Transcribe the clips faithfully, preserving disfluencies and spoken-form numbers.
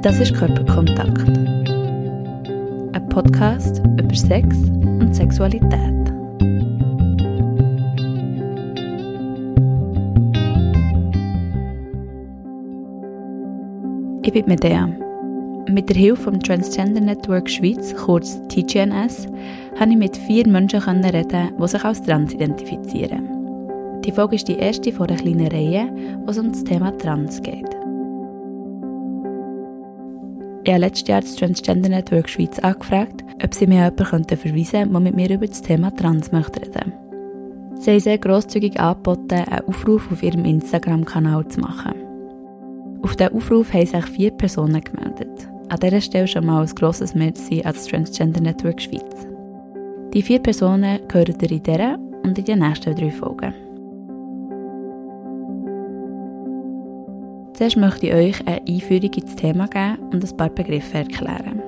Das ist Körperkontakt. Ein Podcast über Sex und Sexualität. Ich bin Medea. Mit der Hilfe vom Transgender Network Schweiz, kurz T G N S, konnte ich mit vier Menschen reden, die sich als trans identifizieren. Die Folge ist die erste von einer kleinen Reihe, wo es um das Thema Trans geht. Ich habe letztes Jahr das Transgender Network Schweiz angefragt, ob sie mir jemanden verweisen könnten, der mit mir über das Thema Trans möchte reden. Sie haben sehr grosszügig angeboten, einen Aufruf auf ihrem Instagram-Kanal zu machen. Auf diesen Aufruf haben sich vier Personen gemeldet. An dieser Stelle schon mal ein grosses Merci an das Transgender Network Schweiz. Die vier Personen gehören ihr in dieser und in den nächsten drei Folgen. Zuerst möchte ich euch eine Einführung ins Thema geben und ein paar Begriffe erklären.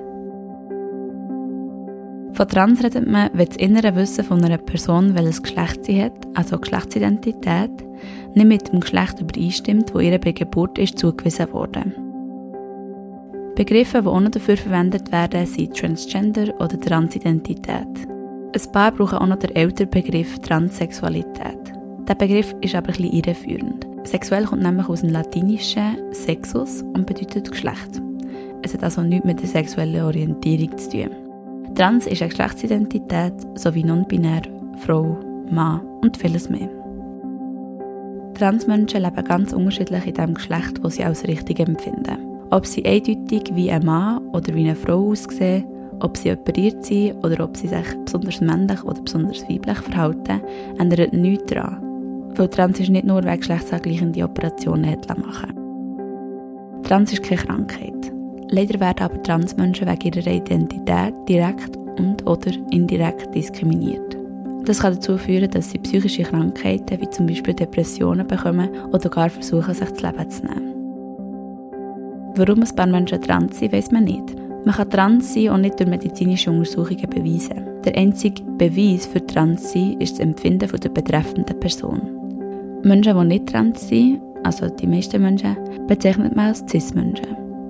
Von Trans redet man, wenn das innere Wissen von einer Person, welches Geschlecht sie hat, also Geschlechtsidentität, nicht mit dem Geschlecht übereinstimmt, das ihr bei Geburt ist zugewiesen wurde. Begriffe, die auch noch dafür verwendet werden, sind Transgender oder Transidentität. Ein paar brauchen auch noch den älteren Begriff Transsexualität. Dieser Begriff ist aber ein bisschen irreführend. Sexuell kommt nämlich aus dem Latinischen Sexus und bedeutet Geschlecht. Es hat also nichts mit der sexuellen Orientierung zu tun. Trans ist eine Geschlechtsidentität sowie non-binär, Frau, Mann und vieles mehr. Transmenschen leben ganz unterschiedlich in dem Geschlecht, das sie als richtig empfinden. Ob sie eindeutig wie ein Mann oder wie eine Frau aussehen, ob sie operiert sind oder ob sie sich besonders männlich oder besonders weiblich verhalten, ändert nichts daran. Weil Trans ist nicht nur wegen geschlechtsangleichende Operationen machen. Trans ist keine Krankheit. Leider werden aber Transmenschen wegen ihrer Identität direkt und oder indirekt diskriminiert. Das kann dazu führen, dass sie psychische Krankheiten wie zum Beispiel Depressionen bekommen oder gar versuchen, sich das Leben zu nehmen. Warum ein paar Menschen trans sind, weiss man nicht. Man kann trans sein und nicht durch medizinische Untersuchungen beweisen. Der einzige Beweis für trans sein ist das Empfinden der betreffenden Person. Menschen, die nicht trans sind, also die meisten Menschen, bezeichnet man als Cis-Menschen.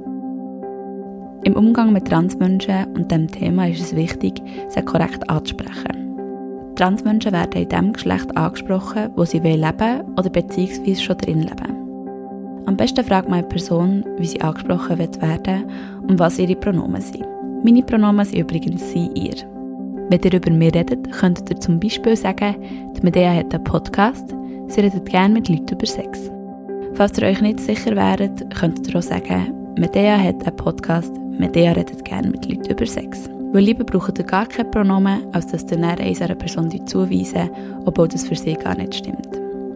Im Umgang mit Transmenschen und diesem Thema ist es wichtig, sie korrekt anzusprechen. Transmenschen werden in dem Geschlecht angesprochen, wo sie leben wollen oder beziehungsweise schon drin leben. Am besten fragt man eine Person, wie sie angesprochen werden und was ihre Pronomen sind. Meine Pronomen sind übrigens sie, ihr. Wenn ihr über mich redet, könntet ihr zum Beispiel sagen, die Medea hat einen Podcast, sie redet gerne mit Leuten über Sex. Falls ihr euch nicht sicher wäret, könntet ihr auch sagen, Medea hat einen Podcast, Medea redet gerne mit Leuten über Sex. Weil lieber braucht ihr gar keine Pronomen, als dass ihr dann eins einer Person zuweisen, obwohl das für sie gar nicht stimmt.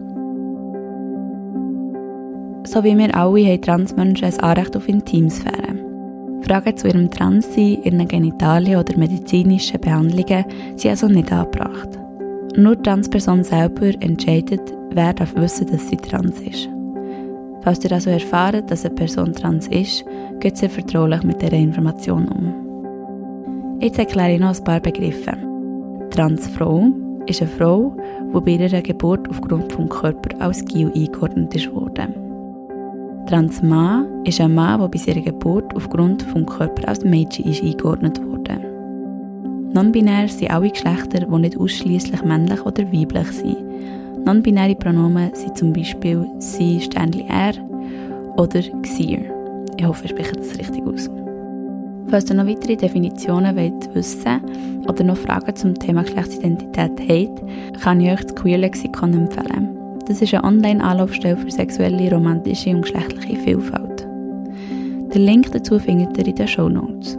So wie wir alle haben Transmenschen ein Anrecht auf Intimsphäre. Fragen zu ihrem Transsein, ihren Genitalien oder medizinischen Behandlungen sind also nicht angebracht. Nur die Transperson selber entscheidet, wer darf wissen, dass sie trans ist. Falls ihr also erfahrt, dass eine Person trans ist, geht sie vertraulich mit dieser Information um. Jetzt erkläre ich noch ein paar Begriffe. Transfrau ist eine Frau, die bei ihrer Geburt aufgrund des Körpers als G I L eingeordnet wurde. Transmann ist ein Mann, der bei seiner Geburt aufgrund des Körpers als Mädchen ist eingeordnet wurde. Non-binär sind alle Geschlechter, die nicht ausschliesslich männlich oder weiblich sind. Non-binäre Pronomen sind zum Beispiel sie, Sternli er oder xier. Ich hoffe, ich spreche das richtig aus. Falls ihr noch weitere Definitionen wollt wissen oder noch Fragen zum Thema Geschlechtsidentität habt, kann ich euch das Queer Lexikon empfehlen. Das ist eine Online-Anlaufstelle für sexuelle, romantische und geschlechtliche Vielfalt. Den Link dazu findet ihr in den Shownotes.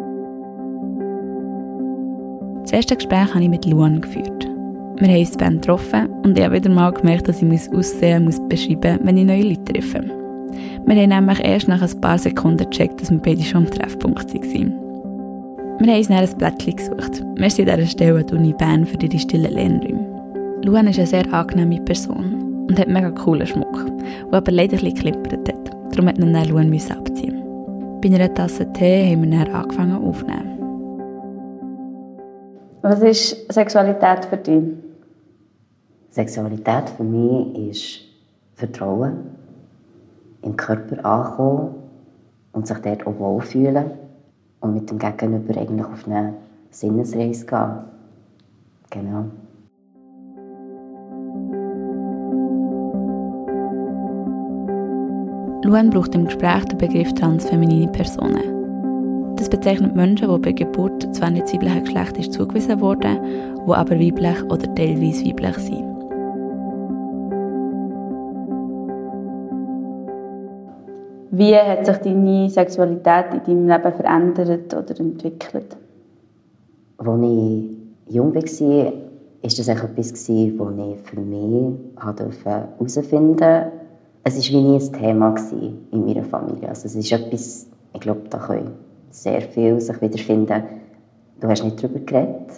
Das erste Gespräch habe ich mit Luan geführt. Wir haben uns Band getroffen und ich habe wieder mal gemerkt, dass ich mein Aussehen muss beschreiben muss, wenn ich neue Leute treffe. Wir haben nämlich erst nach ein paar Sekunden gecheckt, dass wir beide schon am Treffpunkt waren. Wir haben uns dann ein Plätzchen gesucht. Merci an dieser Stelle an die Uni Bern für ihre stillen Lernräume. Luan ist eine sehr angenehme Person und hat mega coolen Schmuck, der aber leider ein bisschen geklimpert hat. Darum musste man Luan abziehen. Bei einer Tasse Tee haben wir dann angefangen aufzunehmen. Was ist Sexualität für dich? Sexualität für mich ist Vertrauen, im Körper ankommen und sich dort auch wohlfühlen und mit dem Gegenüber eigentlich auf eine Sinnesreise gehen. Genau. Luan braucht im Gespräch den Begriff transfeminine Personen. Das bezeichnet Menschen, die bei Geburt zwar nicht das weibliche Geschlecht ist zugewiesen wurden, die aber weiblich oder teilweise weiblich sind. Wie hat sich deine Sexualität in deinem Leben verändert oder entwickelt? Als ich jung war, war das etwas, das ich für mich herausfinden durfte. Es war wie nie ein Thema in meiner Familie. Also es ist etwas, ich glaube, da können sehr viel sich wiederfinden. Du hast nicht darüber geredet.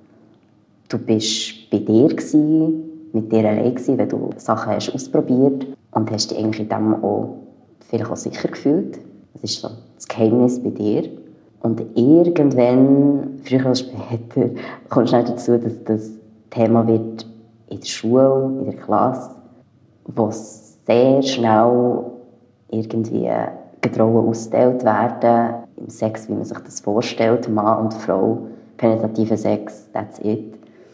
Du warst bei dir, mit dir allein, wenn du Sachen hast ausprobiert und hast dich eigentlich in dem auch vielleicht auch sicher gefühlt. Das ist so das Geheimnis bei dir. Und irgendwann, früher oder später, kommt es dazu, dass das Thema wird in der Schule, in der Klasse, wo sehr schnell irgendwie Gedrohen ausgeteilt werden. Im Sex, wie man sich das vorstellt, Mann und Frau, penetrativer Sex, that's it.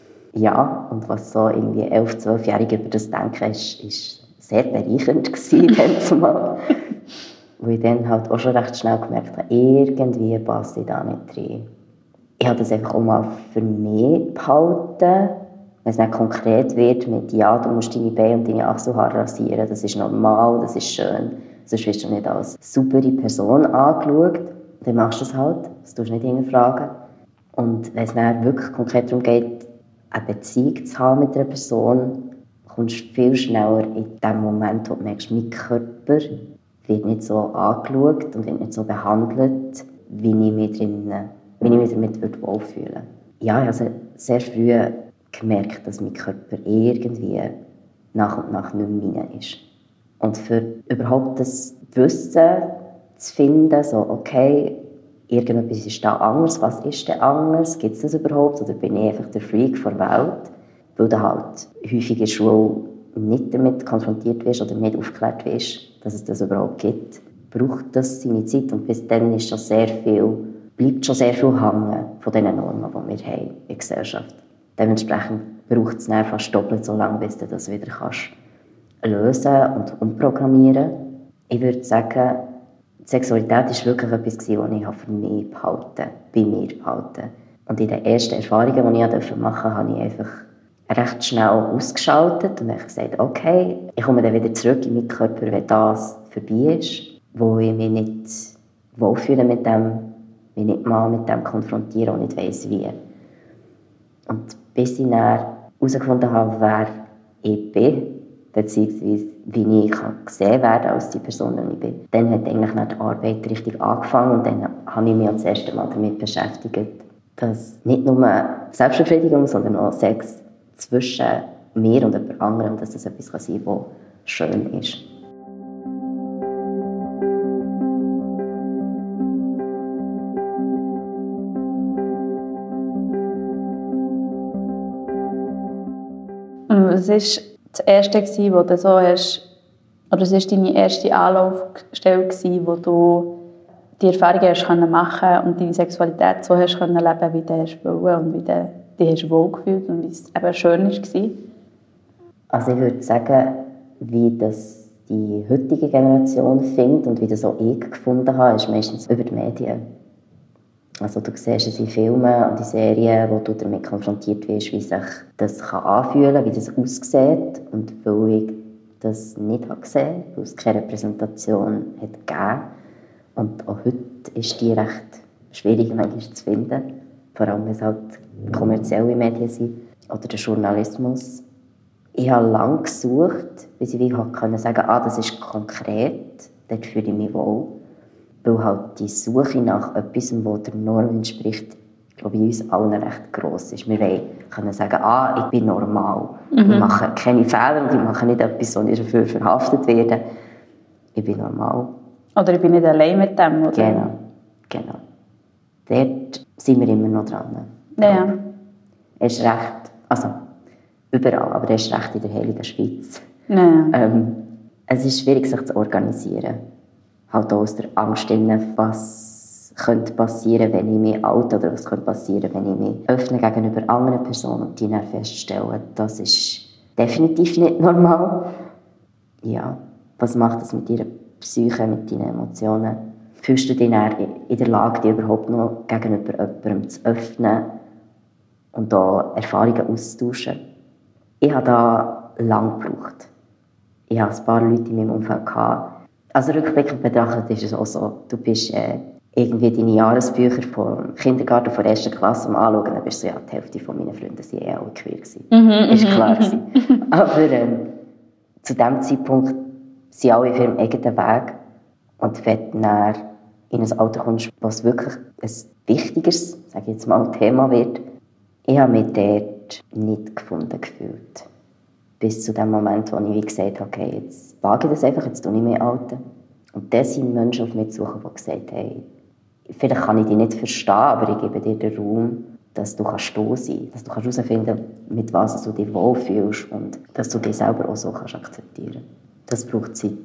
Ja, und was so irgendwie elf-, zwölfjährige über das denken, ist, ist sehr bereichernd gewesen, mal. Weil ich dann halt auch schon recht schnell gemerkt habe, irgendwie passe ich da nicht rein. Ich habe das einfach auch mal für mich behalten. Wenn es nicht konkret wird mit «Ja, du musst deine Beine und deine Achselhaare rasieren, das ist normal, das ist schön», sonst wirst du nicht als saubere Person angeschaut. Dann machst du das halt, das tust du nicht hinterfragen. Und wenn es dann wirklich konkret darum geht, eine Beziehung zu haben mit einer Person, kommst du viel schneller in dem Moment, wo du merkst, mein Körper wird nicht so angeschaut und wird nicht so behandelt, wie ich mich, drin, wie ich mich damit wohlfühlen würde. Ja, ich habe sehr früh gemerkt, dass mein Körper irgendwie nach und nach nicht mehr mein ist. Und für überhaupt das Wissen zu finden, so okay, irgendetwas ist da anders, was ist denn anders, gibt es das überhaupt, oder bin ich einfach der Freak der Welt, weil du halt häufig in der Schule nicht damit konfrontiert wirst oder nicht aufgeklärt wirst, dass es das überhaupt gibt, braucht das seine Zeit und bis dann ist schon sehr viel, bleibt schon sehr viel hängen von den Normen, die wir haben in der Gesellschaft. Dementsprechend braucht es dann fast doppelt so lange, bis du das wieder kannst lösen und umprogrammieren. Ich würde sagen, die Sexualität war wirklich etwas, das ich für mich behalten, bei mir behalten. Und in den ersten Erfahrungen, die ich machen durfte, habe ich einfach recht schnell ausgeschaltet und habe gesagt, okay, ich komme dann wieder zurück in meinen Körper, wenn das vorbei ist, wo ich mich nicht wohlfühle mit dem, mich nicht mal mit dem konfrontiere und nicht weiss, wie. Und bis ich dann herausgefunden habe, wer ich bin, beziehungsweise wie ich gesehen werde als die Person, die ich bin, dann hat eigentlich die Arbeit richtig angefangen und dann habe ich mich das erste Mal damit beschäftigt, dass nicht nur Selbstbefriedigung, sondern auch Sex zwischen mir und jemand anderem, dass das etwas sein kann, das schön ist. Was war das Erste, wo du so hast, oder was war deine erste Anlaufstelle, wo du die Erfahrungen hast machen und deine Sexualität so hast leben können, wie du hast wollen und wie du dich wohlgefühlt und wie es eben schön war? Also ich würde sagen, wie das die heutige Generation findet und wie das auch ich gefunden habe, ist meistens über die Medien. Also du siehst es in Filmen und in Serien, wo du damit konfrontiert wirst, wie sich das anfühlen kann, wie das aussieht. Und weil ich das nicht gesehen habe, weil es keine Repräsentation hat gegeben. Und auch heute ist die recht schwierig manchmal zu finden. Vor allem, wenn es halt kommerzielle Medien sind oder der Journalismus. Ich habe lange gesucht, bis ich wie sagen konnte, ah, das ist konkret, dort fühle ich mich wohl. Weil halt die Suche nach etwas, das der Norm entspricht, glaube ich, uns allen recht gross ist. Wir wollen sagen, ah, ich bin normal. Mhm. Ich mache keine Fehler und ich mache nicht etwas, wo ich dafür verhaftet werde. Ich bin normal. Oder ich bin nicht allein mit dem, oder? Genau, genau. Dort sind wir immer noch dran. Ja. Erst recht, also überall, aber erst recht in der Heiligen Schweiz. Ja. Ähm, es ist schwierig, sich zu organisieren. halt auch aus der Angst drin, was könnte passieren, wenn ich mich oute oder was könnte passieren, wenn ich mich öffne gegenüber anderen Personen und die dann feststellen, das ist definitiv nicht normal. Ja, was macht das mit deiner Psyche, mit deinen Emotionen? Fühlst du dich dann in der Lage, dich überhaupt noch gegenüber jemandem zu öffnen und da Erfahrungen auszutauschen? Ich habe da lange gebraucht. Ich hatte ein paar Leute in meinem Umfeld gehabt. Also rückblickend betrachtet ist es auch so, du bist äh, irgendwie deine Jahresbücher vom Kindergarten, von der ersten Klasse am Anschauen, dann bist du so, ja, die Hälfte von meinen Freunden waren eh alle queer. Mhm, ist klar gewesen. Aber ähm, zu diesem Zeitpunkt sind alle auf ihrem eigenen Weg. Und wenn du dann in ein Alter kommst, was wirklich ein wichtiges, sage ich jetzt mal, Thema wird, ich habe mich dort nicht gefunden gefühlt. Bis zu dem Moment, wo ich wie gesagt habe, okay, jetzt wage ich das einfach, jetzt tue ich mich Alten. Und dann sind Menschen auf mich suchen, die gesagt haben, hey, vielleicht kann ich dich nicht verstehen, aber ich gebe dir den Raum, dass du kannst da sein, dass du herausfinden kannst, mit was du dich wohlfühlst und dass du dich selber auch so kannst akzeptieren kannst. Das braucht Zeit.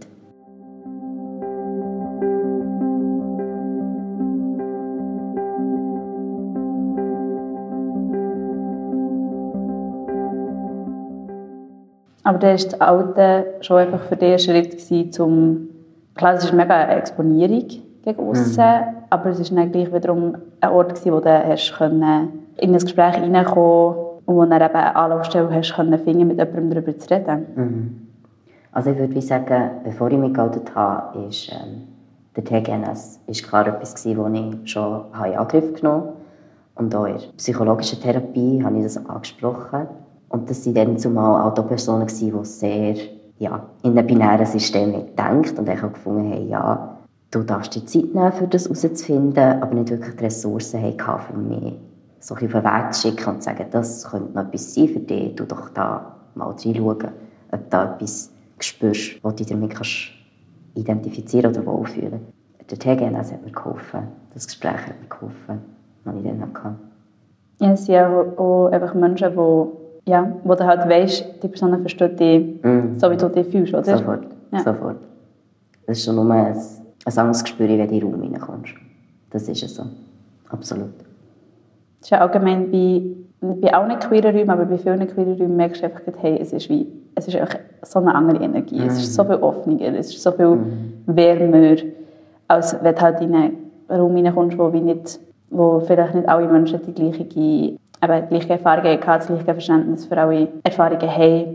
Aber dann war das Alte schon einfach für dich ein Schritt gewesen, zum... Klar, es ist mega eine Exponierung gegen aussen, mhm. aber es war dann gleich wiederum ein Ort gewesen, wo du hast können in ein Gespräch hineinkommen und wo du dann eben eine Anlaufstelle hast können finden, mit jemandem darüber zu reden. Mhm. Also ich würde sagen, bevor ich mich geoutet habe, ist ähm, der T G N S ist klar etwas gewesen, das ich schon in Angriff genommen habe. Und auch in der psychologischen Therapie habe ich das angesprochen. Und das waren dann zumal auch Personen, die sehr ja, in einem binären System denken und auch gefunden haben, ja, du darfst dir Zeit nehmen, um das herauszufinden, aber nicht wirklich die Ressourcen haben, für mich so ein bisschen auf den Weg zu schicken und zu sagen, das könnte noch etwas sein für dich, du doch da mal reinschauen, ob du da etwas spürst, was du dich damit kannst identifizieren oder wohlfühlen. Der T G N S hat mir geholfen, das Gespräch hat mir geholfen, das ich dann hatte. Ja, es sind auch, auch einfach Menschen, die, ja, wo du halt weißt, die Person versteht dich, mm. so wie du dich fühlst, oder? Sofort, ja. sofort. Das ist schon nur ein, ein anderes Gespür, wenn du in den Raum reinkommst. Das ist es so, absolut. Das ist ja allgemein bei, bei allen queeren Räumen, aber bei vielen queeren Räumen merkst du einfach, hey, es ist wie, es ist einfach so eine andere Energie, mm. es ist so viel offener, es ist so viel mm. wärmer, als wenn du halt in einen Raum reinkommst, wo, wie nicht, wo vielleicht nicht alle Menschen die gleiche, eben, die gleiche Erfahrungen haben, das gleiche Verständnis für alle Erfahrungen haben.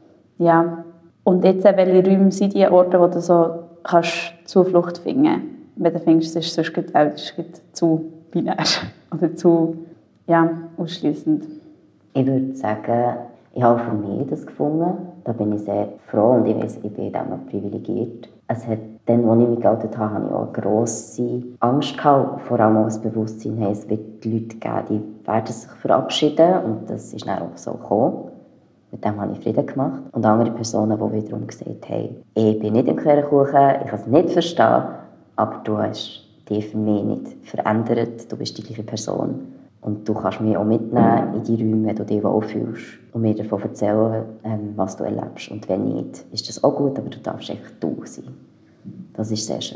Ja. Und jetzt, welche Räume sind die Orte, wo du so kannst Zuflucht finden kannst, wenn du findest, es ist sonst die Welt ist zu binär oder zu ja, ausschliessend? Ich würde sagen, ich habe für mich das gefunden. Da bin ich sehr froh und ich weiss, ich bin dann noch privilegiert. Es hat dann, als ich mich geoutet habe, hatte ich auch eine grosse Angst gehabt, vor allem auch das Bewusstsein, hey, es wird Leute geben, die werden sich verabschieden und das ist dann auch so gekommen. Mit dem habe ich Frieden gemacht. Und andere Personen, die wiederum gesagt haben, ich bin nicht im queeren Kuchen, ich kann es nicht verstehen, aber du hast dich für mich nicht verändert, du bist die gleiche Person. Und du kannst mich auch mitnehmen in die Räume, wenn du dich wohlfühlst und mir davon erzählen, ähm, was du erlebst. Und wenn nicht, ist das auch gut, aber du darfst einfach du sein. Das war sehr schön.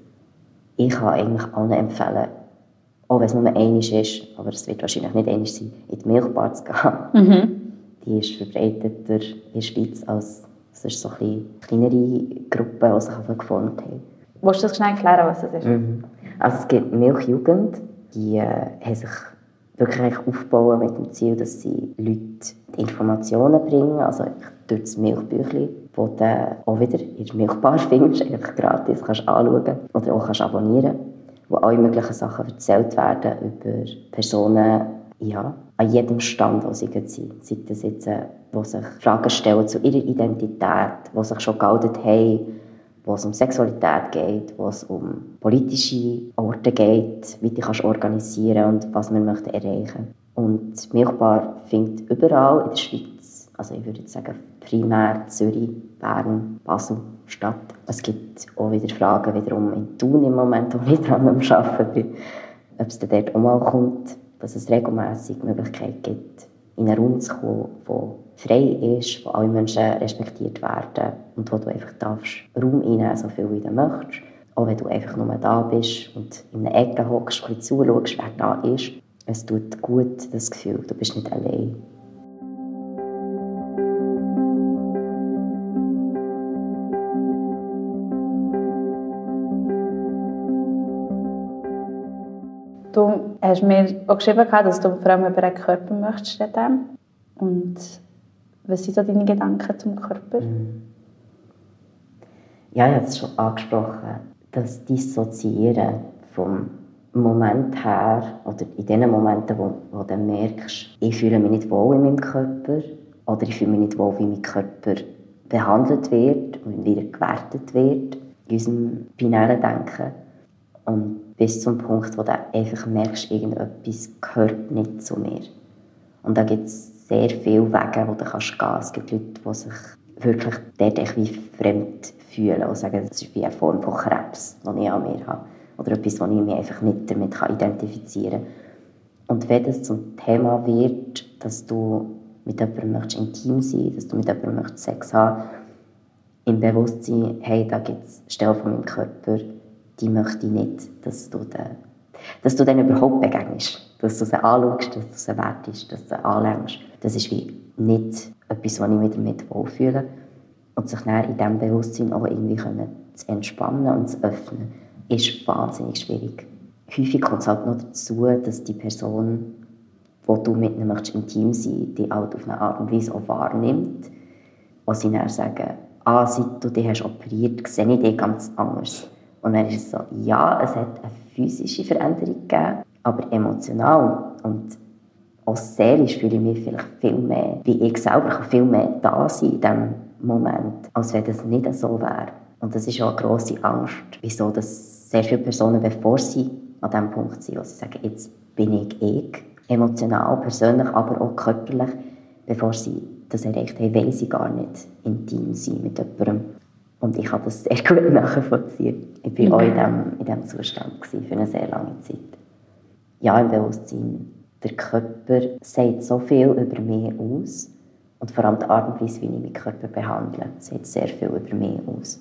Ich kann eigentlich allen empfehlen, auch wenn es nur einmal ist, aber es wird wahrscheinlich nicht einmal sein, in die Milchbar zu gehen. Mhm. Die ist verbreiteter in der Schweiz als es ist so eine kleinere Gruppe, die sich geformt haben. Willst du das schnell erklären, was das ist? Mhm. Also es gibt Milchjugend, die äh, haben sich wirklich aufbauen mit dem Ziel, dass sie Leute Informationen bringen, also durch das Milchbüchlein, das du auch wieder in der Milchbar findest, einfach gratis, kannst anschauen oder auch kannst abonnieren, wo alle möglichen Sachen erzählt werden über Personen, ja, an jedem Stand, wo sie sind. Sei das jetzt, die sich Fragen stellen zu ihrer Identität, die sich schon geoutet haben, wo es um Sexualität geht, wo es um politische Orte geht, wie du dich organisieren und was wir möchten erreichen. Und die Milchbar findet überall in der Schweiz, also ich würde jetzt sagen primär Zürich, Bern, Basel statt. Es gibt auch wieder Fragen wiederum in Thun im Moment, wo wir dran am Arbeiten bin, ob es dann dort auch mal kommt, dass es regelmässig die Möglichkeit gibt, in einen Raum zu kommen, der frei ist, wo alle Menschen respektiert werden und wo du einfach darfst Raum einnehmen, so viel wie du möchtest. Auch wenn du einfach nur da bist und in einer Ecke hockst, ein bisschen zuschaust, wer da ist. Es tut gut, das Gefühl, du bist nicht allein. Du hast mir auch geschrieben, dass du vor allem über den Körper möchtest reden. Und was sind so deine Gedanken zum Körper? Ja, ich habe es schon angesprochen. Das Dissoziieren vom Moment her, oder in den Momenten, wo, wo du merkst, ich fühle mich nicht wohl in meinem Körper, oder ich fühle mich nicht wohl, wie mein Körper behandelt wird und wie er gewertet wird, in unserem binären Denken. Und bis zum Punkt, wo du einfach merkst, irgendetwas gehört nicht zu mir. Und da gibt es sehr viele Wege, wo du kannst gehen. Es gibt Leute, die sich wirklich dort wie fremd fühlen und sagen, das ist wie eine Form von Krebs, die ich an mir habe. Oder etwas, wo ich mich einfach nicht damit identifizieren kann. Und wenn das zum Thema wird, dass du mit jemandem möchtest intim sein möchtest, dass du mit jemandem möchtest Sex haben im Bewusstsein, hey, da gibt es Stellen von meinem Körper, die möchte ich nicht, dass du, den, dass du denen überhaupt begegnest. Dass du sie anschaust, dass du sie wertest, dass du sie anlängst. Das ist wie nicht etwas, was ich mich damit wohlfühle. Und sich dann in diesem Bewusstsein auch irgendwie können zu entspannen und zu öffnen, ist wahnsinnig schwierig. Häufig kommt es halt noch dazu, dass die Person, wo du mit ihnen möchtest, intim sein möchtest, die halt auf eine Art und Weise auch wahrnimmt. Und sie dann sagen, ah, seit du dich hast operiert, sehe ich dich ganz anders. Und dann ist es so, ja, es hat eine physische Veränderung gegeben, aber emotional und auch seelisch fühle ich mich vielleicht viel mehr, wie ich selber kann viel mehr da sein in diesem Moment, als wenn das nicht so wäre. Und das ist auch eine grosse Angst, wieso dass sehr viele Personen, bevor sie an diesem Punkt sind, wo sie sagen, jetzt bin ich ich, emotional, persönlich, aber auch körperlich, bevor sie das erreicht haben, wollen sie gar nicht intim sein mit jemandem. Und ich habe das sehr gut nachvollziehen. Ich war mhm. auch in diesem, in diesem Zustand für eine sehr lange Zeit. Ja, im Bewusstsein, der Körper sagt so viel über mich aus. Und vor allem die Art und Weise, wie ich meinen Körper behandle, sagt sehr viel über mich aus.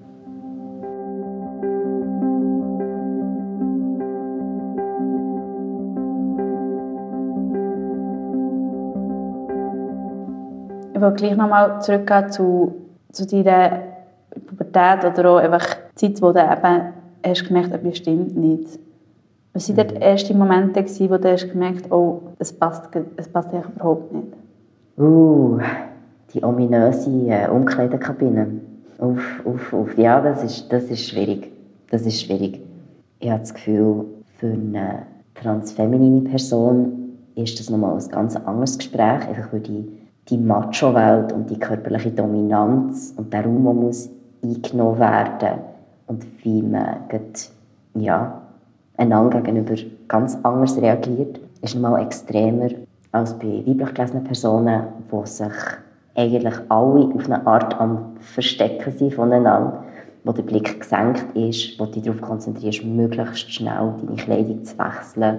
Ich will gleich nochmal zurückgehen zu, zu deiner Pubertät oder auch einfach die Zeit, wo du eben hast gemerkt, etwas stimmt nicht. Was waren mhm. die ersten Momente, wo du hast gemerkt, oh, es passt, es passt überhaupt nicht? Uh, die ominöse äh, Umkleidekabine. Uff, uff, uff. Ja, das ist, das ist schwierig. Das ist schwierig. Ich habe das Gefühl, für eine transfeminine Person ist das nochmal ein ganz anderes Gespräch. Einfach weil die, die Macho-Welt und die körperliche Dominanz und der Raum, der muss eingenommen werden und wie man grad, ja, einander gegenüber ganz anders reagiert, ist nochmal extremer als bei weiblich gelesenen Personen, die sich eigentlich alle auf eine Art am Verstecken sind voneinander, wo der Blick gesenkt ist, wo du dich darauf konzentrierst, möglichst schnell deine Kleidung zu wechseln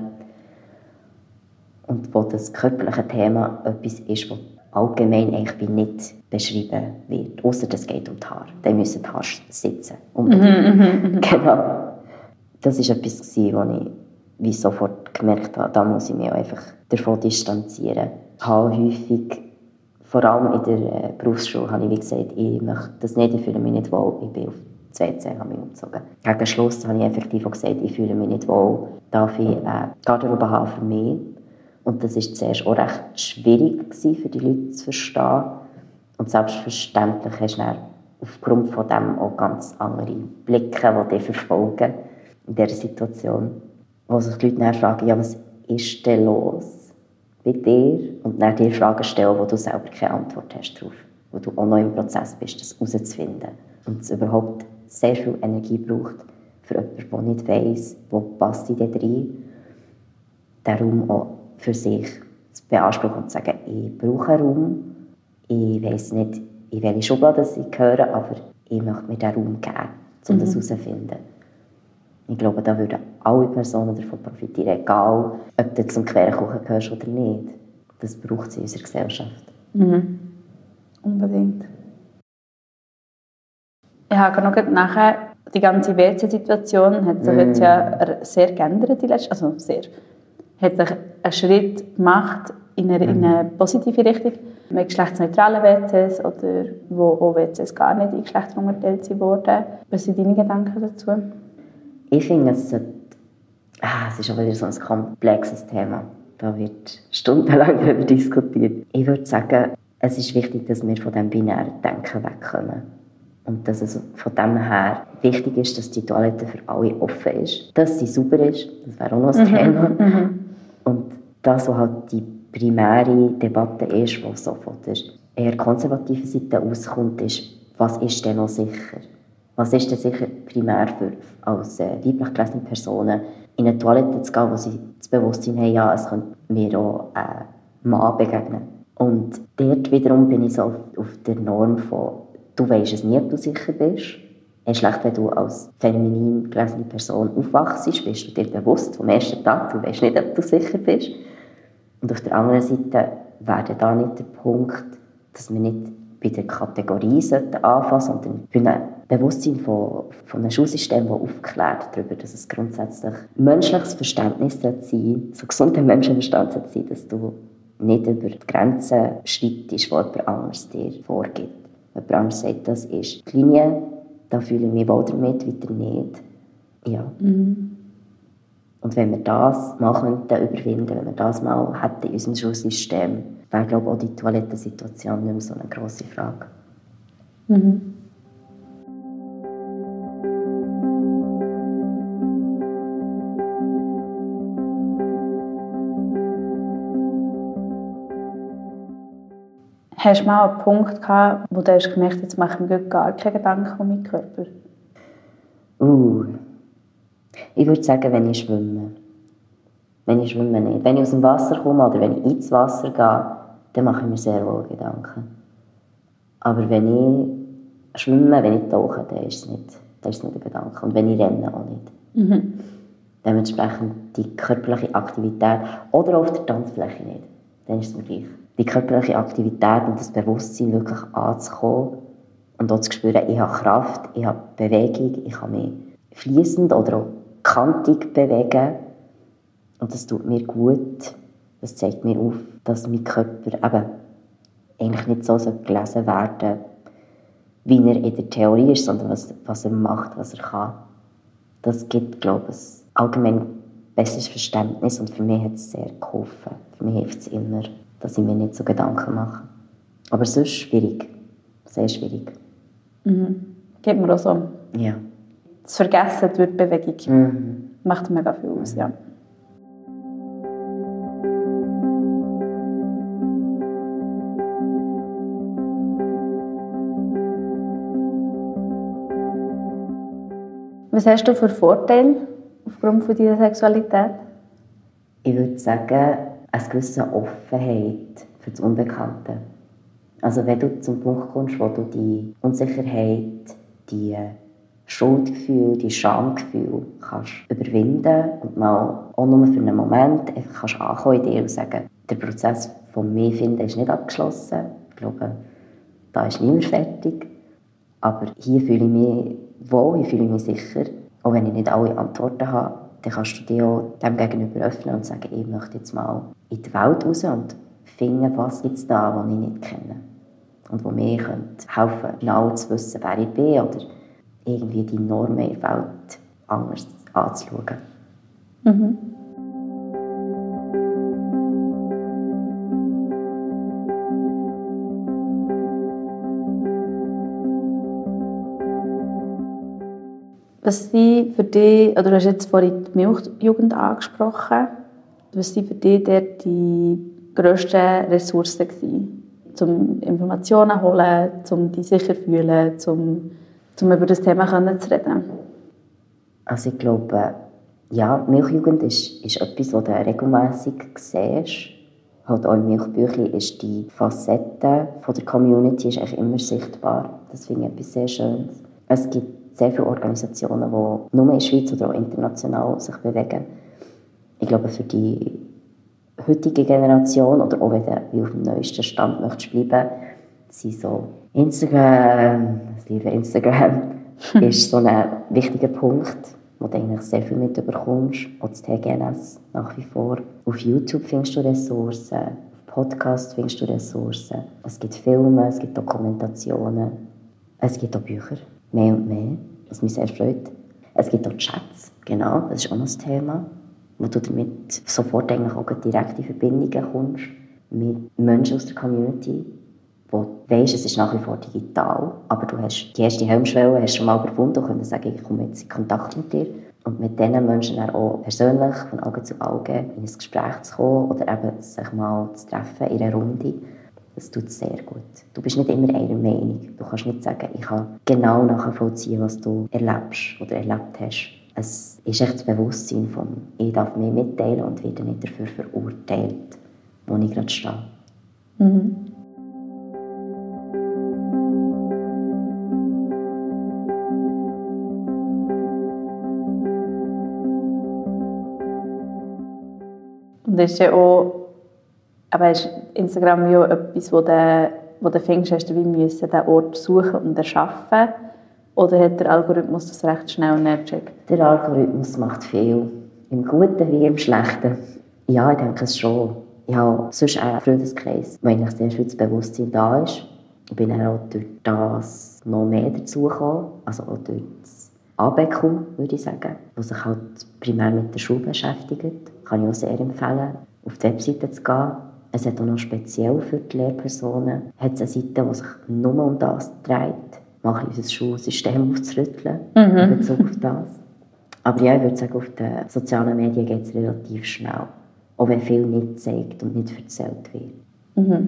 und wo das körperliche Thema etwas ist, das allgemein eigentlich nicht beschrieben wird, ausser es geht um die Haare. Dann müssen die Haare sitzen. Unbedingt. Mm-hmm. Genau. Das war etwas, wo ich wie sofort gemerkt habe, da muss ich mich einfach davon distanzieren. Ich habe häufig, vor allem in der Berufsschule, habe ich wie gesagt, ich möchte das nicht, ich fühle mich nicht wohl. Ich bin auf das W C, habe mich umgezogen. Gegen Schluss habe ich effektiv auch gesagt, ich fühle mich nicht wohl. Darf ich eine Garderobe haben für mich? Und das war zuerst auch recht schwierig für die Leute zu verstehen. Und selbstverständlich hast du dann aufgrund von dem auch ganz andere Blicke, die dich verfolgen in dieser Situation. Wo sich die Leute dann fragen, ja, was ist denn los bei dir? Und dann dir Fragen stellen, wo du selber keine Antwort hast darauf. Wo du auch noch im Prozess bist, das herauszufinden. Und es überhaupt sehr viel Energie braucht für jemanden, der nicht weiss, wo passt ich denn rein. Den Raum auch für sich zu beanspruchen und zu sagen, ich brauche einen Raum. Ich weiss nicht, in welche Schublade ich gehöre, aber ich möchte mir diesen Raum geben, um mhm. das herauszufinden. Ich glaube, da würden alle Personen davon profitieren, egal ob du zum Querkuchen gehörst oder nicht. Das braucht es in unserer Gesellschaft. Mhm. Unbedingt. Ich habe noch nachher die ganze W C-Situation hat sich mm. jetzt ja sehr geändert, die letzte, also sehr, hat sich einen Schritt gemacht in eine, mm. in eine positive Richtung, mit geschlechtsneutralen W Cs oder wo auch W Cs gar nicht in Geschlechter unterteilt wurden. Was sind deine Gedanken dazu? Ich finde, es, sollte, ah, es ist auch wieder so ein komplexes Thema. Da wird stundenlang darüber diskutiert. Ich würde sagen, es ist wichtig, dass wir von diesem binären Denken wegkommen. Und dass es von dem her wichtig ist, dass die Toilette für alle offen ist. Dass sie sauber ist, das wäre auch noch ein mhm. Thema. Mhm. Und das, was halt die primäre Debatte ist, die so von der eher konservativen Seite auskommt, ist, was ist denn noch sicher? Was ist denn sicher primär für als äh, weiblich gelesene Personen, in eine Toilette zu gehen, wo sie das Bewusstsein haben, ja, es könnte mir auch ein Mann begegnen. Und dort wiederum bin ich so auf, auf der Norm von, du weisst es nie, ob du sicher bist. Erst schlecht, wenn du als feminin gelesene Person aufwachst, bist du dir bewusst vom ersten Tag, du weisst nicht, ob du sicher bist. Und auf der anderen Seite wäre da nicht der Punkt, dass wir nicht bei der Kategorie anfangen sollten, sondern bei einem Bewusstsein von, von einem Schulsystem, das aufklärt darüber, dass es grundsätzlich menschliches Verständnis sein sollte, so gesunder Menschenverstand sein sollte, dass du nicht über die Grenzen schreitest, die jemand anderes dir vorgibt. Jemand anderes sagt, das ist die Linie, da fühle ich mich wohl damit, weiter nicht. Ja. Mhm. Und wenn wir das mal könnten überwinden, wenn wir das mal hätten in unserem Schulsystem, wäre, glaube ich, auch die Toilettensituation nicht mehr so eine grosse Frage. Mhm. Hast du mal einen Punkt gehabt, wo du hast gemerkt hast, jetzt mache ich mir gar keine Gedanken um meinen Körper? Uh, ich würde sagen, wenn ich schwimme. Wenn ich schwimme nicht. Wenn ich aus dem Wasser komme oder wenn ich ins Wasser gehe, dann mache ich mir sehr wohl Gedanken. Aber wenn ich schwimme, wenn ich tauche, dann ist es nicht, dann ist es nicht ein Gedanke. Und wenn ich renne, auch nicht. Mhm. Dementsprechend die körperliche Aktivität oder auf der Tanzfläche nicht. Dann ist es mir gleich. Die körperliche Aktivität und das Bewusstsein wirklich anzukommen und auch zu spüren, ich habe Kraft, ich habe Bewegung, ich kann mich fließend oder auch kantig bewegen. Und das tut mir gut. Das zeigt mir auf, dass mein Körper eben eigentlich nicht so gelesen werden soll, wie er in der Theorie ist, sondern was, was er macht, was er kann. Das gibt, glaube ich, ein allgemein besseres Verständnis und für mich hat es sehr geholfen. Für mich hilft es immer, dass ich mir nicht so Gedanken mache. Aber sonst schwierig. Sehr schwierig. Mhm. Geht mir auch so. Ja. Das Vergessen durch Bewegung mhm. macht mega viel aus, ja. Was hast du für Vorteile aufgrund von deiner Sexualität? Ich würde sagen, eine gewisse Offenheit für das Unbekannte. Also wenn du zum Punkt kommst, wo du die Unsicherheit, die Schuldgefühle, die Schamgefühle kannst überwinden und mal auch nur für einen Moment einfach kannst ankommen in dir und sagen, der Prozess von mir finden ist nicht abgeschlossen. Ich glaube, da ist niemand fertig. Aber hier fühle ich mich wohl, hier fühle ich mich sicher. Auch wenn ich nicht alle Antworten habe, dann kannst du dich auch dem gegenüber öffnen und sagen, ich möchte jetzt mal in die Welt raus und finden, was gibt es da, was ich nicht kenne. Und wo mir helfen könnte, genau zu wissen, wer ich bin oder irgendwie die Normen in der Welt anders anzuschauen. Mhm. Was sind für dich, oder du hast jetzt vorhin die Milchjugend angesprochen, was sind für dich dort die grössten Ressourcen gewesen? Um Informationen zu holen, um dich sicher zu fühlen, um, um über das Thema zu reden? Also ich glaube, ja, Milchjugend ist, ist etwas, das du regelmässig siehst. Halt auch im Milchbüchlein ist die Facette von der Community ist eigentlich immer sichtbar. Das finde ich etwas sehr Schönes. Es gibt sehr viele Organisationen, die nur in der Schweiz oder auch international sich bewegen. Ich glaube, für die heutige Generation, oder auch wenn du auf dem neuesten Stand möchtest bleiben, sind so Instagram, das liebe Instagram, ist so ein wichtiger Punkt, wo du eigentlich sehr viel mitbekommst. Auch das T G N S nach wie vor. Auf YouTube findest du Ressourcen, auf Podcasts findest du Ressourcen. Es gibt Filme, es gibt Dokumentationen, es gibt auch Bücher, mehr und mehr, was mich sehr freut. Es gibt auch Chats, genau, das ist auch noch das Thema, wo du damit sofort eigentlich auch direkt in Verbindungen kommst mit Menschen aus der Community, wo du weisst, es ist nach wie vor digital, aber du hast die erste Hemmschwelle hast schon mal überwunden und kannst sagen, ich komme jetzt in Kontakt mit dir. Und mit diesen Menschen dann auch persönlich, von Auge zu Auge, in ein Gespräch zu kommen oder eben sich mal zu treffen in einer Runde, das tut sehr gut. Du bist nicht immer einer Meinung. Du kannst nicht sagen, ich kann genau nachvollziehen, was du erlebst oder erlebt hast. Es ist echt das Bewusstsein von, ich darf mich mitteilen und werde nicht dafür verurteilt, wo ich gerade stehe. Mhm. Und das ist ja auch, aber ist Instagram ja etwas, wo du, wo du findest, hast du wie müssen den Ort suchen und erschaffen? Oder hat der Algorithmus das recht schnell nicht gecheckt? Der Algorithmus macht viel. Im Guten wie im Schlechten. Ja, ich denke es schon. Ich habe sonst einen Freundeskreis, wo eigentlich sehr viel das Bewusstsein da ist. Ich bin dann auch durch das noch mehr dazugekommen. Also auch durch das A B Q, würde ich sagen, das sich halt primär mit der Schule beschäftigt. Kann ich auch sehr empfehlen, auf die Webseite zu gehen. Es hat auch noch speziell für die Lehrpersonen hat es eine Seite, die sich nur um das dreht, mal unser Schulsystem aufzurütteln, mhm. in Bezug auf das. Aber ja, ich würde sagen, auf den sozialen Medien geht es relativ schnell. Auch wenn viel nicht gezeigt und nicht erzählt wird. Mhm.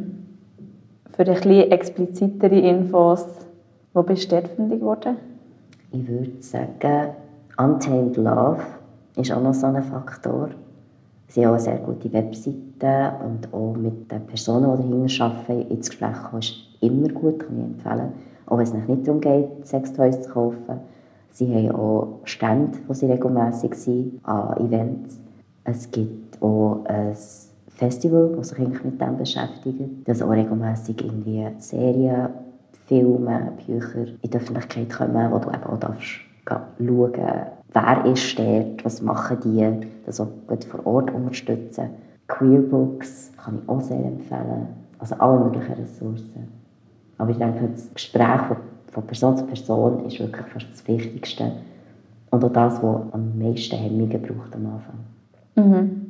Für ein bisschen explizitere Infos, wo bist du dort fündig geworden? Ich würde sagen, Untamed Love ist auch noch so ein Faktor. Sie haben auch eine sehr gute Webseite und auch mit den Personen, die dahinter arbeiten, ins Gespräch kommen, ist immer gut, kann ich empfehlen. Auch wenn es nicht darum geht, Sextoys zu kaufen. Sie haben auch Stände, wo sie regelmässig sind, an Events. Es gibt auch ein Festival, das sich mit dem beschäftigt. Das auch regelmässig irgendwie Serien, Filme, Bücher in die Öffentlichkeit kommen, wo du eben auch darfst schauen, wer ist dort, was machen die, das auch gut vor Ort unterstützen. Queerbooks kann ich auch sehr empfehlen. Also alle möglichen Ressourcen. Aber ich denke, das Gespräch von, von Person zu Person ist wirklich fast das Wichtigste. Und auch das, was am meisten Hemmungen braucht am Anfang. Mhm.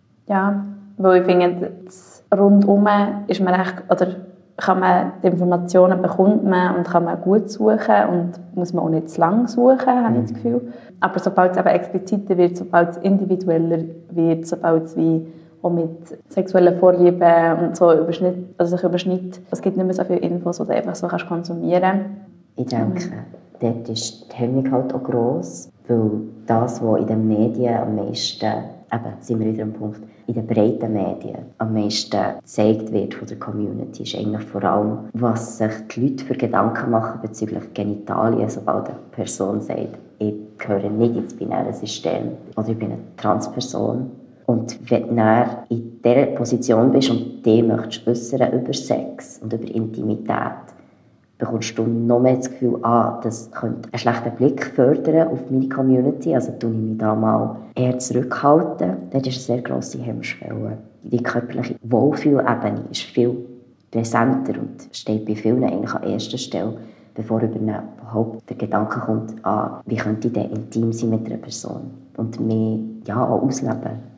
Ja, weil ich finde, das rundum ist man recht, oder kann man die Informationen bekommt man und kann man gut suchen und muss man auch nicht zu lang suchen, habe ich das Gefühl. Aber sobald es eben expliziter wird, sobald es individueller wird, sobald es wie auch mit sexuellen Vorlieben und so Überschnitt, also sich überschnitt, es gibt nicht mehr so viele Infos, die du einfach so kannst konsumieren kannst. Ich denke, mhm. dort ist die Hemmung halt auch gross, weil das, was in den Medien am meisten, eben, sind wir wieder am Punkt, in den breiten Medien am meisten gezeigt wird von der Community, ist eigentlich vor allem, was sich die Leute für Gedanken machen bezüglich Genitalien, sobald eine Person sagt, ich gehöre nicht ins binäre System oder ich bin eine Transperson. Und wenn du dann in dieser Position bist und dich möchtest äußern über Sex und über Intimität, bekommst du noch mehr das Gefühl, ah, das könnte einen schlechten Blick fördern auf meine Community, also tue ich mich da mal eher zurückhalten. Das ist eine sehr grosse Hemmschwelle. Die körperliche Wohlfühlebene ist viel präsenter und steht bei vielen eigentlich an erster Stelle, bevor überhaupt der Gedanke kommt, ah, wie könnte ich denn intim sein mit einer Person und mich ja, auch ausleben.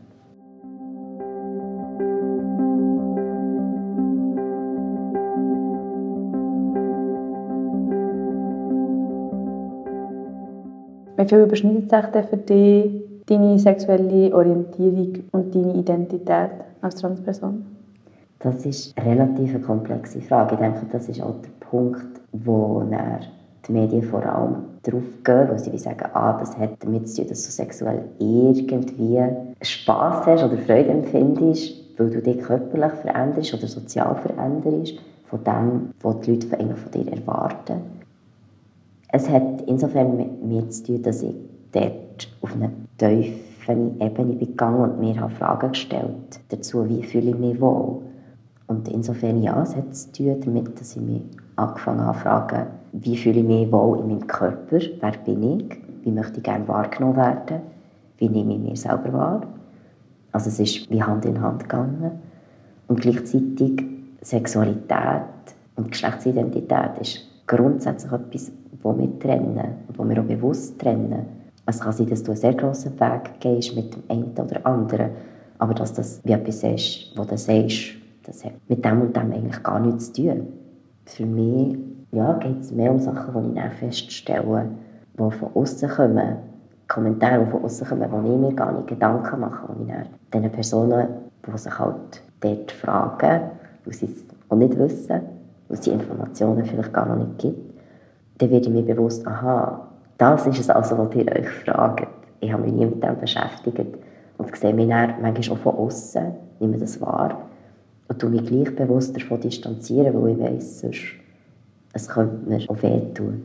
Wie viel überschneidet sich denn für dich deine sexuelle Orientierung und deine Identität als Transperson? Das ist eine relativ komplexe Frage. Ich denke, das ist auch der Punkt, wo die Medien vor allem darauf gehen, wo sie sagen, ah, das hat damit zu tun, dass du sexuell irgendwie Spass hast oder Freude empfindest, weil du dich körperlich veränderst oder sozial veränderst von dem, was die Leute eigentlich von dir erwarten. Es hat insofern mit mir zu tun, dass ich dort auf eine tiefe Ebene gegangen und mir habe Fragen gestellt dazu, wie fühle ich mich wohl. Und insofern ja, es hat zu tun damit, dass ich mich angefangen habe zu fragen, wie fühle ich mich wohl in meinem Körper, wer bin ich, wie möchte ich gerne wahrgenommen werden, wie nehme ich mich selber wahr. Also es ist wie Hand in Hand gegangen. Und gleichzeitig Sexualität und Geschlechtsidentität ist grundsätzlich etwas, das wir trennen und das wir auch bewusst trennen. Es kann sein, dass du einen sehr grossen Weg gehst mit dem einen oder anderen, aber dass das wie etwas ist, wo du sagst, das hat mit dem und dem eigentlich gar nichts zu tun. Für mich ja, geht es mehr um Sachen, die ich dann feststelle, die von außen kommen, Kommentare, die von außen kommen, wo ich mir gar nicht Gedanken mache, wo ich dann den Personen, die sich halt dort fragen, weil sie es auch nicht wissen, weil es die Informationen vielleicht gar noch nicht gibt, dann werde ich mir bewusst, aha, das ist es also, was ihr euch fragt. Ich habe mich nie mit dem beschäftigt und sehe mich dann manchmal auch von außen, nehme das wahr und tue mich gleich bewusst davon distanzieren, weil ich weiss, sonst es könnte mir auch wehtun.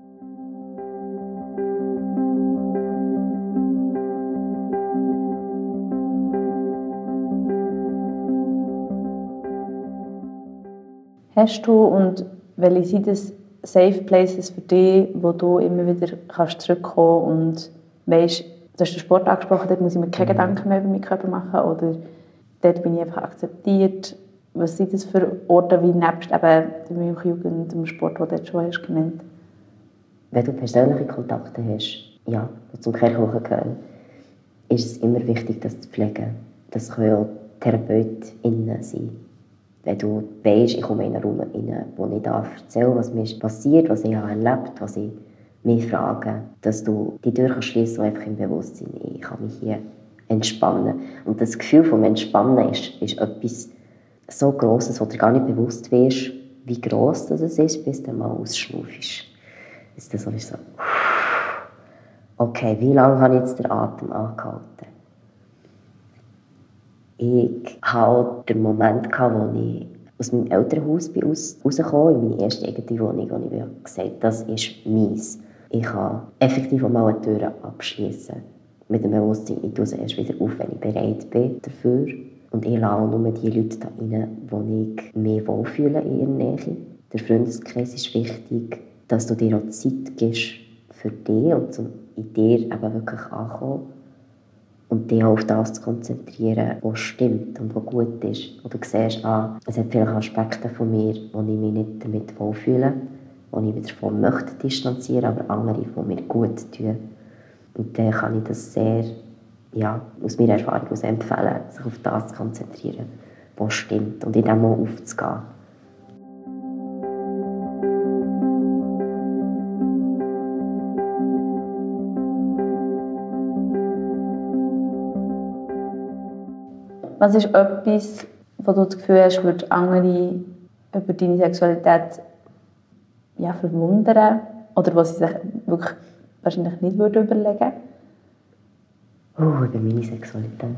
Hast du und welche sind das Safe Places für dich, wo du immer wieder kannst zurückkommen und weisst, du hast den Sport angesprochen, dort muss ich mir keine mhm. Gedanken mehr über meinen Körper machen oder dort bin ich einfach akzeptiert. Was sind das für Orte, wie nebst eben der Milchjugend und dem Sport, den du dort schon hast genannt? Wenn du persönliche Kontakte hast, ja, die zum Kirchhochen gehören, ist es immer wichtig, das zu pflegen. Das können auch TherapeutInnen sein. Wenn du weisst, ich komme in einen Raum rein, wo ich erzählen darf, was mir passiert, was ich erlebt habe, was ich mich frage, dass du die Tür schließen und einfach im Bewusstsein, ich kann mich hier entspannen. Und das Gefühl vom Entspannen ist, ist etwas so Grosses, wo du gar nicht bewusst wirst, wie gross das ist, bis du mal ausschnaufst. Ist das so, so, okay, wie lange habe ich jetzt den Atem angehalten? Ich hatte den Moment, wo ich aus meinem Elternhaus bin rausgekommen, in meine erste eigene Wohnung, wo ich gesagt habe, das ist meins. Ich kann effektiv auch mal eine Tür abschließen. Mit dem Bewusstsein, ich tue sie erst wieder auf, wenn ich bereit bin dafür. Und ich lasse auch nur die Leute da rein, wo ich mich wohlfühle in ihrer Nähe. Der Freundeskreis ist wichtig, dass du dir auch Zeit gibst für dich und um in dir eben wirklich ankommen. Und dich auf das zu konzentrieren, was stimmt und was gut ist. Und du siehst, ah, es hat viele Aspekte von mir, wo ich mich nicht damit wohlfühle, wo ich mich davon möchte distanzieren, aber andere, die mir gut tun. Und dann kann ich das sehr, ja, aus meiner Erfahrung aus empfehlen, sich auf das zu konzentrieren, was stimmt und in dem auch aufzugehen. Was ist etwas, wo du das Gefühl hast, würde andere über deine Sexualität ja, verwundern? Oder was sie sich wirklich wahrscheinlich nicht würden überlegen? Oh, über meine Sexualität.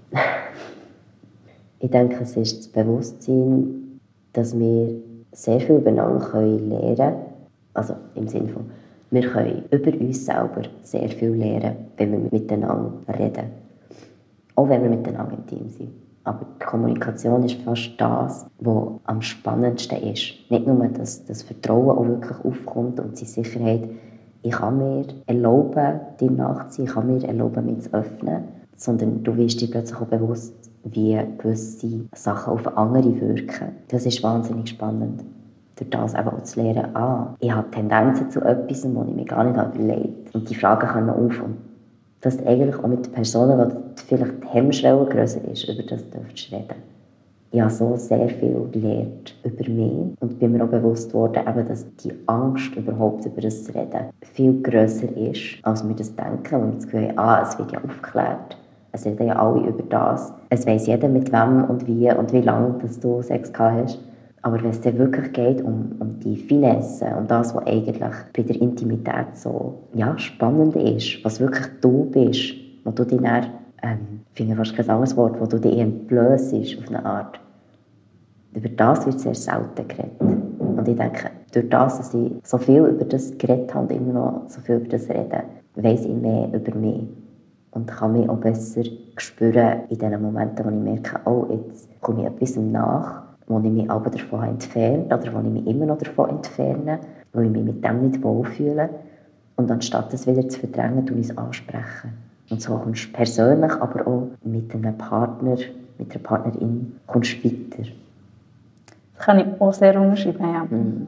Ich denke, es ist das Bewusstsein, dass wir sehr viel übereinander lernen können. Also im Sinne von, wir können über uns selber sehr viel lernen, wenn wir miteinander reden. Auch wenn wir miteinander intim sind. Aber die Kommunikation ist fast das, was am spannendsten ist. Nicht nur, dass das Vertrauen auch wirklich aufkommt und die Sicherheit, ich kann mir erlauben, dir nachzuziehen, ich kann mir erlauben, mich zu öffnen, sondern du wirst dir plötzlich auch bewusst, wie gewisse Sachen auf andere wirken. Das ist wahnsinnig spannend. Durch das eben auch zu lernen, ah, ich habe Tendenzen zu etwas, das ich mir gar nicht überlegt habe. Und die Fragen kommen auf. Und dass du eigentlich auch mit Personen, die vielleicht die Hemmschwelle grösser ist, über das dürftest reden. Ich habe so sehr viel gelernt über mich und bin mir auch bewusst geworden, eben, dass die Angst, überhaupt über das zu reden, viel grösser ist, als wir das denken. Und wir das Gefühl haben, ah, es wird ja aufgeklärt. Es reden ja alle über das. Es weiss jeder, mit wem und wie und wie lange dass du Sex gehabt hast. Aber wenn es dann wirklich geht um, um die Finesse, um das, was eigentlich bei der Intimität so ja, spannend ist, was wirklich du bist, wo du dich dann, ähm, ich finde fast kein anderes Wort, wo du dich entblößt auf eine Art. Über das wird sehr selten geredet. Und ich denke, durch das, dass ich so viel über das geredet habe und immer noch so viel über das rede, weiss ich mehr über mich. Und kann mich auch besser spüren in den Momenten, wo ich merke, oh, jetzt komme ich etwas nach, wo ich mich aber davon entferne oder wo ich mich immer noch davon entferne, weil ich mich mit dem nicht wohlfühle. Und anstatt das wieder zu verdrängen, tue ich es ansprechen. Und so kommst du persönlich, aber auch mit einem Partner, mit einer Partnerin, kommst du weiter. Das kann ich auch sehr unterschreiben, ja. Mhm.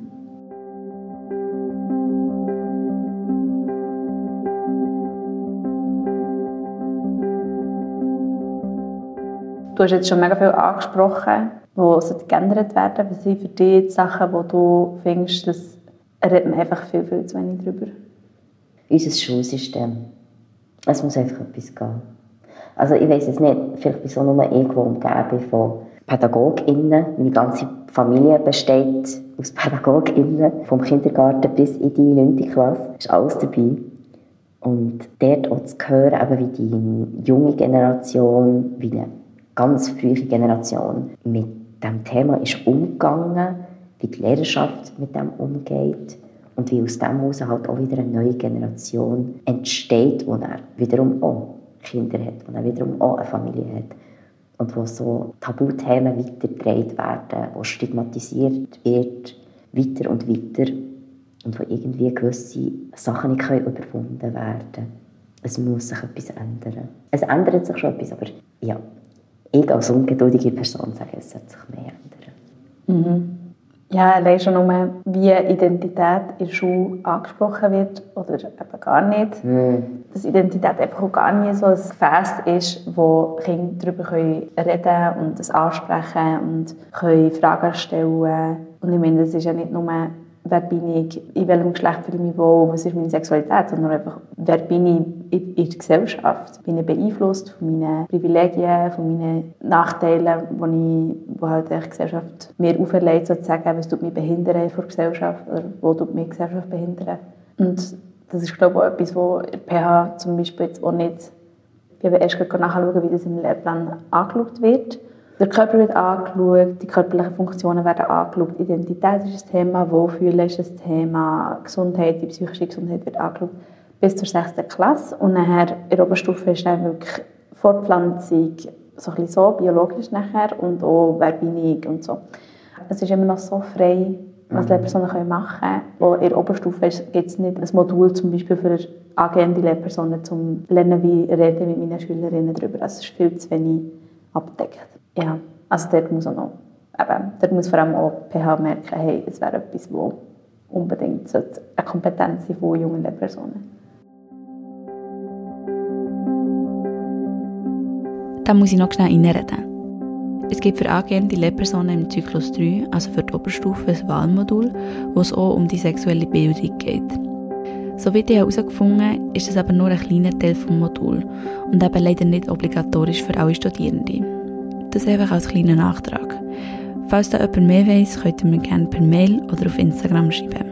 Du hast jetzt schon mega viel angesprochen, die geändert werden. Was sind für dich die Sachen, wo du findest, dass redet man einfach viel, viel zu wenig darüber? Unser Schulsystem. Es muss einfach etwas gehen. Also ich weiss es nicht, vielleicht bin ich so nur irgendwo umgeben von PädagogInnen. Meine ganze Familie besteht aus PädagogInnen. Vom Kindergarten bis in die neunte Klasse ist alles dabei. Und dort auch zu hören, eben wie die junge Generation, wie eine ganz frühe Generation mit diesem Thema ist umgegangen, wie die Lehrerschaft mit dem umgeht und wie aus dem heraus halt auch wieder eine neue Generation entsteht, die dann wiederum auch Kinder hat, die dann wiederum auch eine Familie hat und wo so Tabuthemen weitergetragen werden, wo stigmatisiert wird, weiter und weiter und wo irgendwie gewisse Sachen nicht überwunden werden können. Es muss sich etwas ändern. Es ändert sich schon etwas, aber ja, ich als ungeduldige Person sage, es sollte sich mehr ändern. Mhm. Ja, allein schon nur, wie Identität in der Schule angesprochen wird oder eben gar nicht. Mhm. Dass Identität einfach auch gar nicht so ein Gefäß ist, wo Kinder darüber reden können und es ansprechen und können Fragen stellen. Und ich meine, das ist ja nicht nur, wer bin ich, in welchem Geschlecht fühle ich mich wohl, was ist meine Sexualität, sondern einfach, wer bin ich in, in der Gesellschaft. Bin ich beeinflusst von meinen Privilegien, von meinen Nachteilen, die wo halt die Gesellschaft mir auferlegt, sozusagen, was tut mich behindern vor der Gesellschaft oder wo tut mich die Gesellschaft behindern. Und das ist, glaube ich, auch etwas, wo in der P H zum Beispiel jetzt auch nicht, ich habe erst nachschauen, wie das im Lehrplan angeschaut wird. Der Körper wird angeschaut, die körperlichen Funktionen werden angeschaut, Identität ist ein Thema, Wohlfühlen ist ein Thema, Gesundheit, die psychische Gesundheit wird angeschaut, bis zur sechsten Klasse. Und nachher in der Oberstufe ist dann wirklich Fortpflanzung, so ein bisschen so, biologisch nachher und auch, wer bin ich und so. Es ist immer noch so frei, was Lehrpersonen machen können. Wo in der Oberstufe gibt es nicht ein Modul zum Beispiel für angehende Lehrpersonen, um zu lernen, wie ich rede mit meinen Schülerinnen darüber. Das ist viel zu wenig abgedeckt. Ja, also dort muss auch noch, eben, dort muss vor allem auch die P H merken, hey, es wäre etwas, das unbedingt eine Kompetenz sein von jungen Lehrpersonen. Da muss ich noch schnell reinreden. Es gibt für angehende Lehrpersonen im Zyklus drei, also für die Oberstufe, ein Wahlmodul, wo es auch um die sexuelle Bildung geht. So wie ich herausgefunden habe, ist das aber nur ein kleiner Teil des Moduls und eben leider nicht obligatorisch für alle Studierenden. Das einfach als kleiner Nachtrag. Falls da jemand mehr weiss, könnt ihr mir gerne per Mail oder auf Instagram schreiben.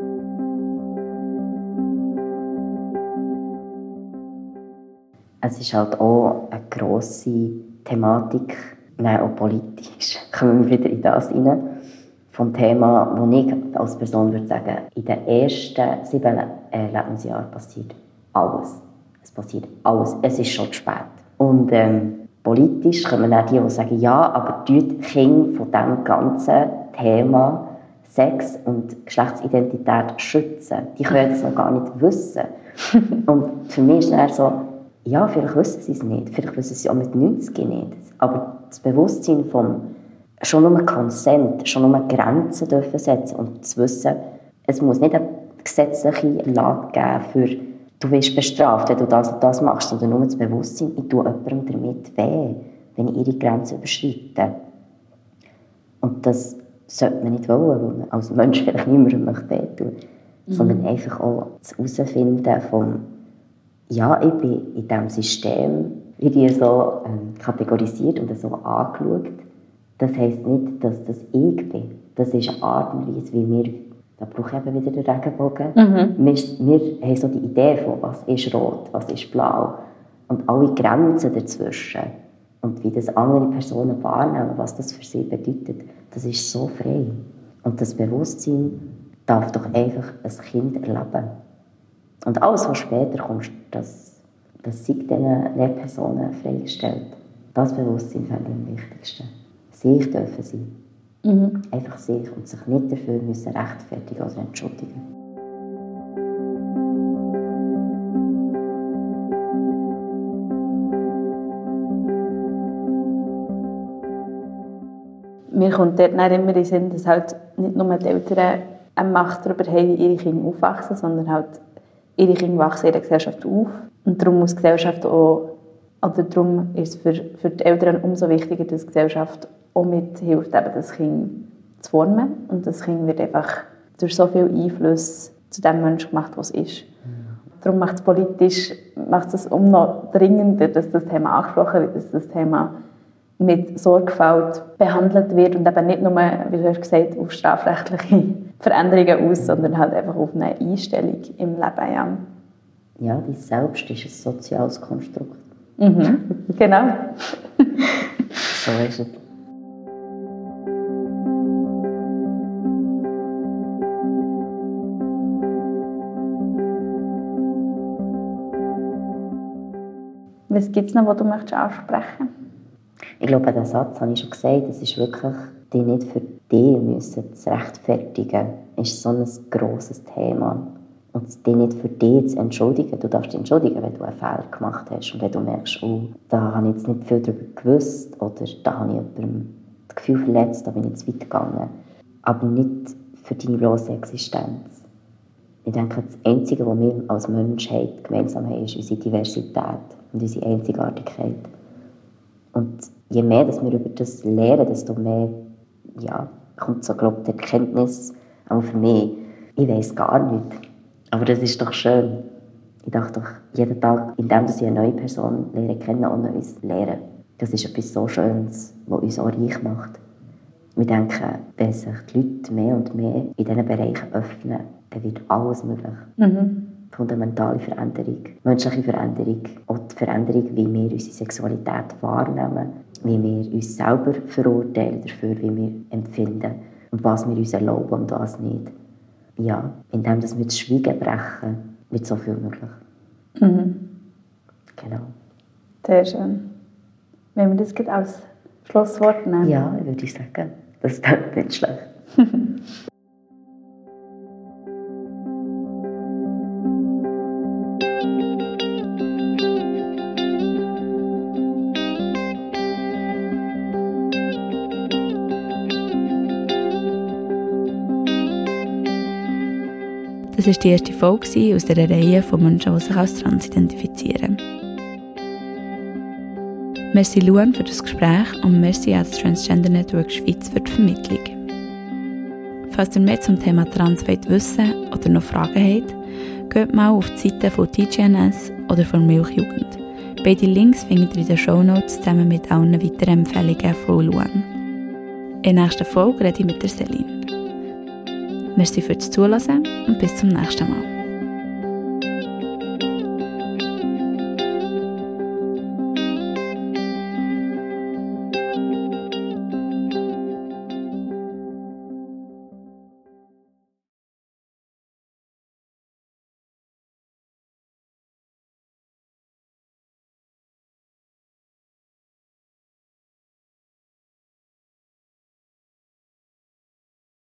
Es ist halt auch eine grosse Thematik, nein, auch politisch, kommen wir wieder in das rein, vom Thema, wo ich als Person würde sagen, in den ersten sieben Lebensjahren passiert alles. Es passiert alles, es ist schon zu spät. Und ähm, politisch kommen auch die, die sagen, ja, aber die Kinder von diesem ganzen Thema Sex und Geschlechtsidentität schützen. Die können das noch gar nicht wissen. Und für mich ist es so, ja, vielleicht wissen sie es nicht, vielleicht wissen sie es auch mit neunzig nicht. Aber das Bewusstsein vom schon nur Konsent, schon nur Grenzen dürfen setzen und zu wissen, es muss nicht eine gesetzliche Lage geben für du wirst bestraft, wenn du das und das machst, sondern nur das Bewusstsein, ich tue jemandem damit weh, wenn ich ihre Grenzen überschreite. Und das sollte man nicht wollen, weil man als Mensch vielleicht niemandem möchte wehtun, mhm. sondern einfach auch das Herausfinden vom ja, ich bin in diesem System, wie die so ähm, kategorisiert und so angeschaut. Das heisst nicht, dass das ich bin. Das ist eine Art und Weise, wie wir, da brauche ich eben wieder den Regenbogen. Mhm. Wir, wir haben so die Idee von, was ist rot, was ist blau. Und alle Grenzen dazwischen. Und wie das andere Personen wahrnehmen, was das für sie bedeutet, das ist so frei. Und das Bewusstsein darf doch einfach ein Kind erleben. Und alles, was später kommt, das, das sei diesen Lehrpersonen freigestellt. Das Bewusstsein fände ich am wichtigsten. Sie dürfen sein. Mhm. Einfach sich und sich nicht dafür müssen rechtfertigen oder entschuldigen. Mir kommt dort immer in den Sinn, dass halt nicht nur die Eltern eine Macht darüber haben, wie ihre Kinder aufwachsen, sondern halt ihre Kinder wachsen in der Gesellschaft auf. Und darum muss die Gesellschaft auch, oder darum ist es für, für die Eltern umso wichtiger, dass die Gesellschaft auch mithilft, eben das Kind zu formen. Und das Kind wird einfach durch so viel Einfluss zu dem Menschen gemacht, was es ist. Mhm. Darum macht es politisch macht es um noch dringender, dass das Thema angesprochen wird, dass das Thema mit Sorgfalt behandelt wird und eben nicht nur, wie du hast gesagt, auf strafrechtliche Veränderungen aus, sondern halt einfach auf eine Einstellung im Leben. Ja, ja, dein Selbst ist ein soziales Konstrukt. Mhm, genau. So ist es. Was gibt es noch, was du möchtest ansprechen möchtest? Ich glaube, diesen Satz habe ich schon gesagt, es ist wirklich, die nicht für dich müssen zu rechtfertigen, ist so ein grosses Thema. Und dich nicht für dich zu entschuldigen. Du darfst dich entschuldigen, wenn du einen Fehler gemacht hast und wenn du merkst, oh, da habe ich jetzt nicht viel darüber gewusst oder da habe ich jemandem das Gefühl verletzt, da bin ich zu weit gegangen. Aber nicht für deine bloße Existenz. Ich denke, das Einzige, was wir als Menschheit gemeinsam haben, ist unsere Diversität und unsere Einzigartigkeit. Und je mehr dass wir über das lernen, desto mehr ja, kommt so, glaube ich, die Erkenntnis, auch für mich, ich weiss gar nicht. Aber das ist doch schön. Ich dachte doch, jeden Tag, indem ich eine neue Person lernen kennen und Neues lernen. Das ist etwas so Schönes, was uns auch reich macht. Wir denken, wenn sich die Leute mehr und mehr in diesen Bereichen öffnen, dann wird alles möglich. Mhm. Fundamentale Veränderung, menschliche Veränderung, auch die Veränderung, wie wir unsere Sexualität wahrnehmen, wie wir uns selber verurteilen dafür, wie wir empfinden und was wir uns erlauben und was nicht. Ja, indem wir das Schweigen brechen, wird so viel möglich. Mhm. Genau. Sehr schön. Wenn wir das gerade als Schlusswort nehmen? Ja, würde ich sagen. Das ist nicht schlecht. Das war die erste Folge aus dieser Reihe von Menschen, die sich als trans identifizieren. Merci Luan für das Gespräch und merci an das Transgender Network Schweiz für die Vermittlung. Falls ihr mehr zum Thema Trans wollt wissen oder noch Fragen habt, geht mal auf die Seite von T G N S oder von Milchjugend. Beide Links findet ihr in den Shownotes zusammen mit allen weiteren Empfehlungen von Luan. In der nächsten Folge rede ich mit der Celine. Merci fürs Zuhören und bis zum nächsten Mal.